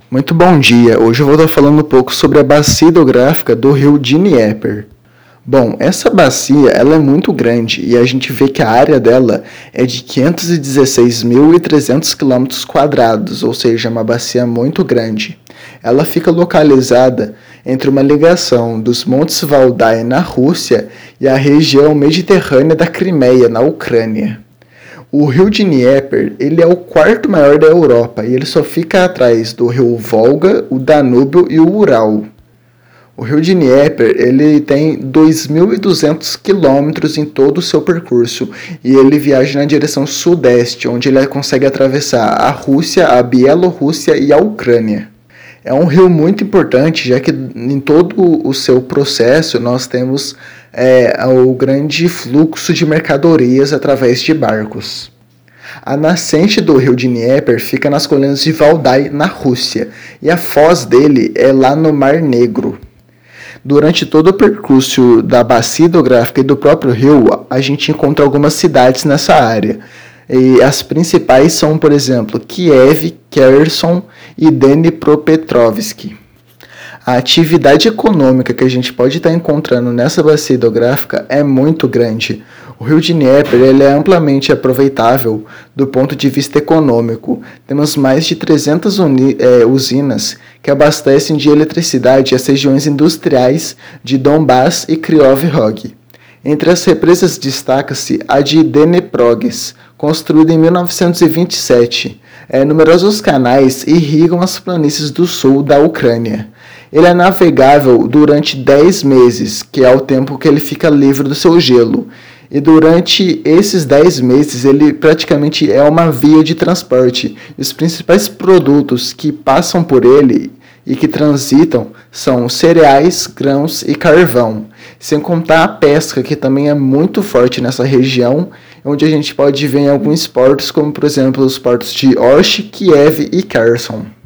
Muito bom dia, hoje eu vou estar falando um pouco sobre a bacia hidrográfica do rio Dnieper. Bom, essa bacia ela é muito grande e a gente vê que a área dela é de 516.300 km², ou seja, é uma bacia muito grande. Ela fica localizada entre uma ligação dos Montes Valdai na Rússia e a região mediterrânea da Crimeia, na Ucrânia. O rio Dnieper ele é o quarto maior da Europa e ele só fica atrás do rio Volga, o Danúbio e o Ural. O rio Dnieper ele tem 2.200 quilômetros em todo o seu percurso e ele viaja na direção sudeste, onde ele consegue atravessar a Rússia, a Bielorrússia e a Ucrânia. É um rio muito importante, já que em todo o seu processo nós temos o grande fluxo de mercadorias através de barcos. A nascente do rio Dnieper fica nas colinas de Valdai, na Rússia, e a foz dele é lá no Mar Negro. Durante todo o percurso da bacia hidrográfica e do próprio rio, a gente encontra algumas cidades nessa área. E as principais são, por exemplo, Kiev, Kherson e Dnipropetrovsk. A atividade econômica que a gente pode estar encontrando nessa bacia hidrográfica é muito grande. O rio Dnieper ele é amplamente aproveitável do ponto de vista econômico. Temos mais de 300 usinas que abastecem de eletricidade as regiões industriais de Donbás e Kryvyi Rog. Entre as represas destaca-se a de Dneprogs, construída em 1927. Numerosos canais irrigam as planícies do sul da Ucrânia. Ele é navegável durante 10 meses, que é o tempo que ele fica livre do seu gelo. E durante esses 10 meses, ele praticamente é uma via de transporte. E os principais produtos que passam por ele e que transitam são cereais, grãos e carvão. Sem contar a pesca, que também é muito forte nessa região, onde a gente pode ver em alguns portos, como por exemplo os portos de Osh, Kiev e Kherson.